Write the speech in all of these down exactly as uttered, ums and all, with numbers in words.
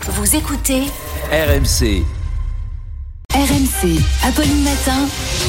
Vous écoutez R M C. R M C, Apolline Matin.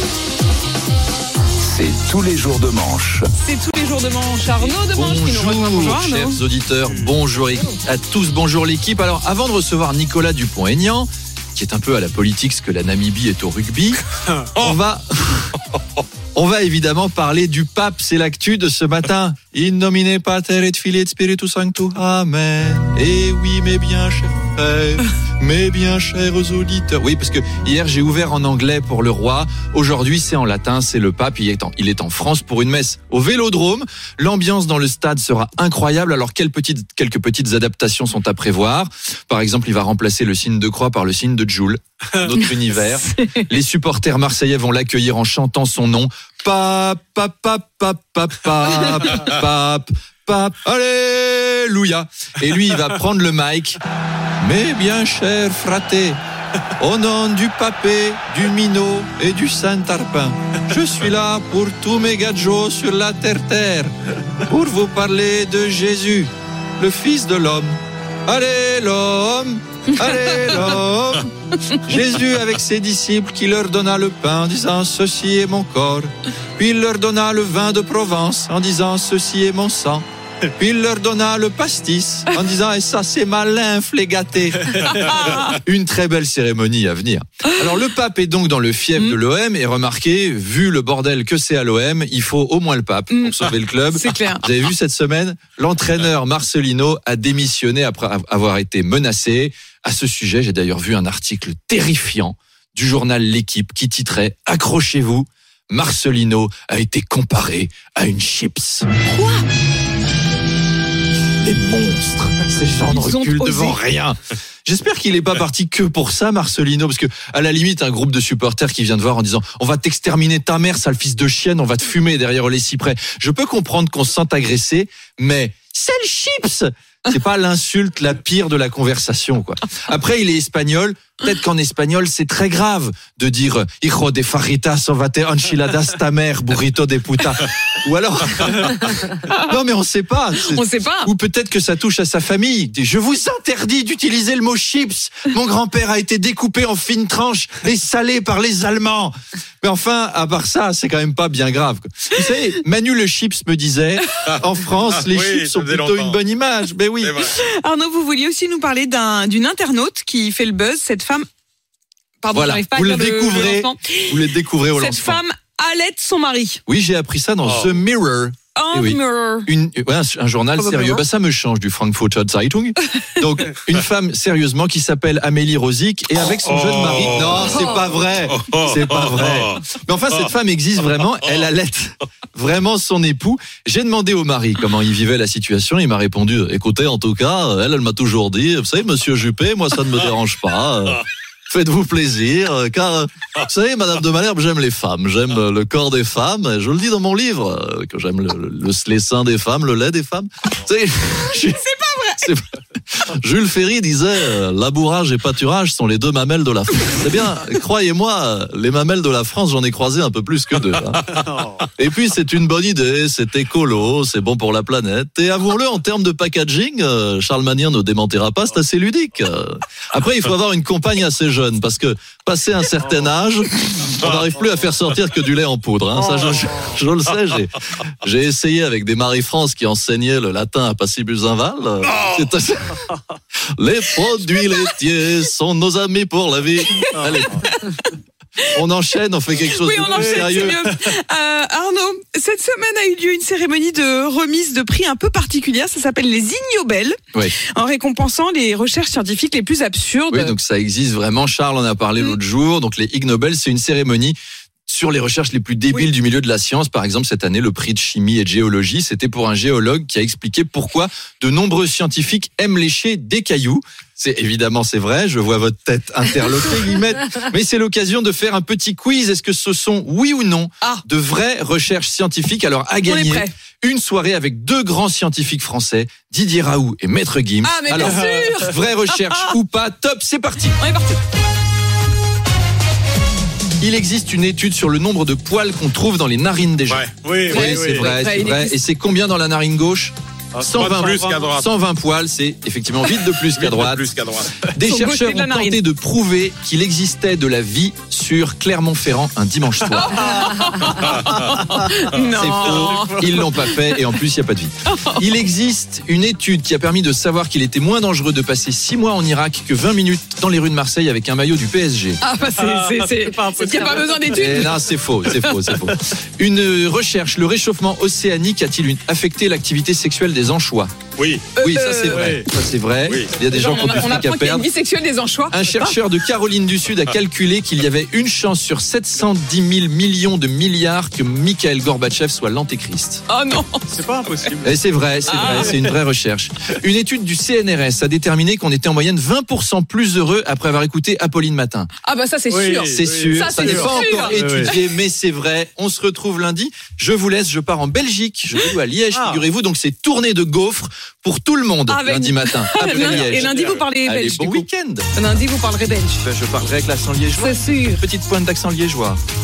C'est tous les jours de manche. C'est tous les jours de manche. Arnaud de Manche qui nous rejoint. Bonjour Arnaud. Chers auditeurs, bonjour à tous, bonjour l'équipe. Alors avant de recevoir Nicolas Dupont-Aignan, qui est un peu à la politique ce que la Namibie est au rugby, on va... On va évidemment parler du pape, c'est l'actu de ce matin. In nomine Pater et Filii et Spiritus Sanctus. Amen. Et oui, mes bien chers frères, mes bien chers auditeurs. Oui, parce que hier j'ai ouvert en anglais pour le roi. Aujourd'hui c'est en latin, c'est le pape. Il est en, il est en France pour une messe au Vélodrome. L'ambiance dans le stade sera incroyable. Alors quelles petites, quelques petites adaptations sont à prévoir. Par exemple, il va remplacer le signe de croix par le signe de Joule. Notre univers. Les supporters marseillais vont l'accueillir en chantant son nom. Pape, pape, pape, pape, pape, pape, pape, pape, alléluia. Et lui, il va prendre le mic. Mes bien chers fratés, au nom du papé, du minot et du Saint-Tarpin, je suis là pour tous mes gadgets sur la terre-terre, pour vous parler de Jésus, le Fils de l'homme. Allez l'homme, allez l'homme. Jésus avec ses disciples qui leur donna le pain en disant ceci est mon corps. Puis il leur donna le vin de Provence en disant ceci est mon sang. Puis il leur donna le pastis en disant et ça c'est ma lymphe les gâtés. Une très belle cérémonie à venir. Alors le pape est donc dans le fief de l'O M et remarquez, vu le bordel que c'est à l'O M, il faut au moins le pape pour sauver le club. C'est clair. Vous avez vu cette semaine, l'entraîneur Marcelino a démissionné après avoir été menacé. À ce sujet, j'ai d'ailleurs vu un article terrifiant du journal L'Équipe qui titrait « Accrochez-vous, Marcelino a été comparé à une chips ». Quoi ? Des monstres, ces gens ne reculent devant rien. J'espère qu'il n'est pas parti que pour ça, Marcelino, parce que à la limite, un groupe de supporters qui vient de voir en disant « On va t'exterminer ta mère, sale fils de chienne, on va te fumer derrière les cyprès ». Je peux comprendre qu'on se sente agressé, mais « Sale chips !» c'est pas l'insulte la pire de la conversation, quoi. Après, il est espagnol. Peut-être qu'en espagnol, c'est très grave de dire « Hijo de fajitas, ovate enchiladas ta mère, burrito de puta ». Ou alors... non, mais on sait pas. C'est... On sait pas. Ou peut-être que ça touche à sa famille. « Je vous interdis d'utiliser le mot chips. Mon grand-père a été découpé en fines tranches et salé par les Allemands. » Mais enfin, à part ça, c'est quand même pas bien grave, quoi. Vous savez, Manu le chips me disait, en France, les oui, chips sont plutôt longtemps. une bonne image. Mais oui. Arnaud, vous vouliez aussi nous parler d'un, d'une internaute qui fait le buzz, cette femme. Pardon, Voilà, j'arrive pas vous à le dire découvrez, le, le vous le découvrez au Cette lancement. femme allaite son mari. Oui, j'ai appris ça dans Oh. The Mirror. Oh, Eh oui. Mirror. Une, ouais, un, un journal Oh, bah, sérieux. Mirror. Bah, ça me change du Frankfurter Zeitung. Donc, une femme, sérieusement, qui s'appelle Amélie Rosic et avec son Oh. jeune mari. Non, c'est pas vrai. C'est pas vrai. Mais enfin, cette femme existe vraiment. Elle allaite vraiment son époux. J'ai demandé au mari comment il vivait la situation. Il m'a répondu, écoutez, en tout cas, elle, elle m'a toujours dit, vous savez, monsieur Juppé, moi, ça ne me dérange pas. Faites-vous plaisir, car, vous savez, Madame de Malherbe, j'aime les femmes, j'aime le corps des femmes, je le dis dans mon livre, que j'aime le, le, les seins des femmes, le lait des femmes. C'est, je, C'est pas vrai. c'est pas... Jules Ferry disait, labourage et pâturage sont les deux mamelles de la France. Eh bien, croyez-moi, les mamelles de la France, j'en ai croisé un peu plus que deux. Hein. Et puis, c'est une bonne idée, c'est écolo, c'est bon pour la planète. Et avouons-le, en termes de packaging, Charles Magnien ne démentira pas, c'est assez ludique. Après, il faut avoir une compagne assez jeune. Parce que, passé un certain âge, on n'arrive plus à faire sortir que du lait en poudre. Hein. Ça, je, je, je le sais, j'ai, j'ai essayé avec des Marie-France qui enseignaient le latin à Passy-Buzinval. C'est assez... Les produits laitiers sont nos amis pour la vie. Allez. On enchaîne, on fait quelque chose Oui, de on plus enchaîne, sérieux. c'est mieux. Euh, Arnaud, cette semaine a eu lieu une cérémonie de remise de prix un peu particulière. Ça s'appelle les Ig Nobel, Oui. en récompensant les recherches scientifiques les plus absurdes. Oui, donc ça existe vraiment. Charles en a parlé Mm. l'autre jour. Donc les Ig Nobel, c'est une cérémonie sur les recherches les plus débiles Oui. du milieu de la science. Par exemple, cette année, le prix de chimie et de géologie, c'était pour un géologue qui a expliqué pourquoi de nombreux scientifiques aiment lécher des cailloux. C'est évidemment, c'est vrai, je vois votre tête interloquée, Guillemette. Mais c'est l'occasion de faire un petit quiz. Est-ce que ce sont, oui ou non, Ah. de vraies recherches scientifiques? Alors, à On est gagner prêts. une soirée avec deux grands scientifiques français, Didier Raoult et Maître Gims. Ah, mais bien Alors, sûr. vraie recherche ou pas, top, c'est parti. On est parti. Il existe une étude sur le nombre de poils qu'on trouve dans les narines des gens. Ouais. Oui, oui, Oui, oui. c'est vrai, Ouais, c'est il vrai. existe. Et c'est combien dans la narine gauche? cent vingt, plus qu'à droite. cent vingt poils, c'est effectivement vite de plus qu'à droite. Plus qu'à droite. Des Son chercheurs côté de la ont narine. tenté de prouver qu'il existait de la vie sur Clermont-Ferrand un dimanche soir. C'est Non. faux, ils l'ont pas fait et en plus il n'y a pas de vie. Il existe une étude qui a permis de savoir qu'il était moins dangereux de passer six mois en Irak que vingt minutes dans les rues de Marseille avec un maillot du P S G. Ah bah c'est c'est c'est il n'y a pas besoin Eh d'études. non, c'est faux, c'est faux, c'est faux. Une recherche, le réchauffement océanique a-t-il une- affecté l'activité sexuelle des anchois? Oui. Oui, ça c'est Euh, vrai. Ça c'est vrai. Oui. Il y a des gens qui on, ont plus on de apprend trucs à qu'il y a une perdre. vie sexuelle des anchois. Un chercheur de Caroline du Sud a calculé qu'il y avait une chance sur sept cent dix mille millions de milliards que Mikhail Gorbatchev soit l'antéchrist. Oh non. C'est pas impossible. Et c'est vrai, c'est Ah. vrai, c'est une vraie recherche. Une étude du C N R S a déterminé qu'on était en moyenne vingt pour cent plus heureux après avoir écouté Apolline Matin. Ah bah ça c'est Oui. sûr. C'est Oui. sûr, Ça, ça c'est n'est pas sûr. encore Oui, étudié, mais c'est vrai. On se retrouve lundi. Je vous laisse, je pars en Belgique. Je vais à Liège, Ah. figurez-vous. Donc c'est tournée de gaufres pour tout le monde Ah, avec- lundi matin après Lundi- Liège. Et lundi vous parlez Allez, belge bon du coup. week-end. Lundi vous parlerez belge. Ben, je parlerai avec l'accent liégeois. C'est sûr. Petite pointe d'accent liégeois.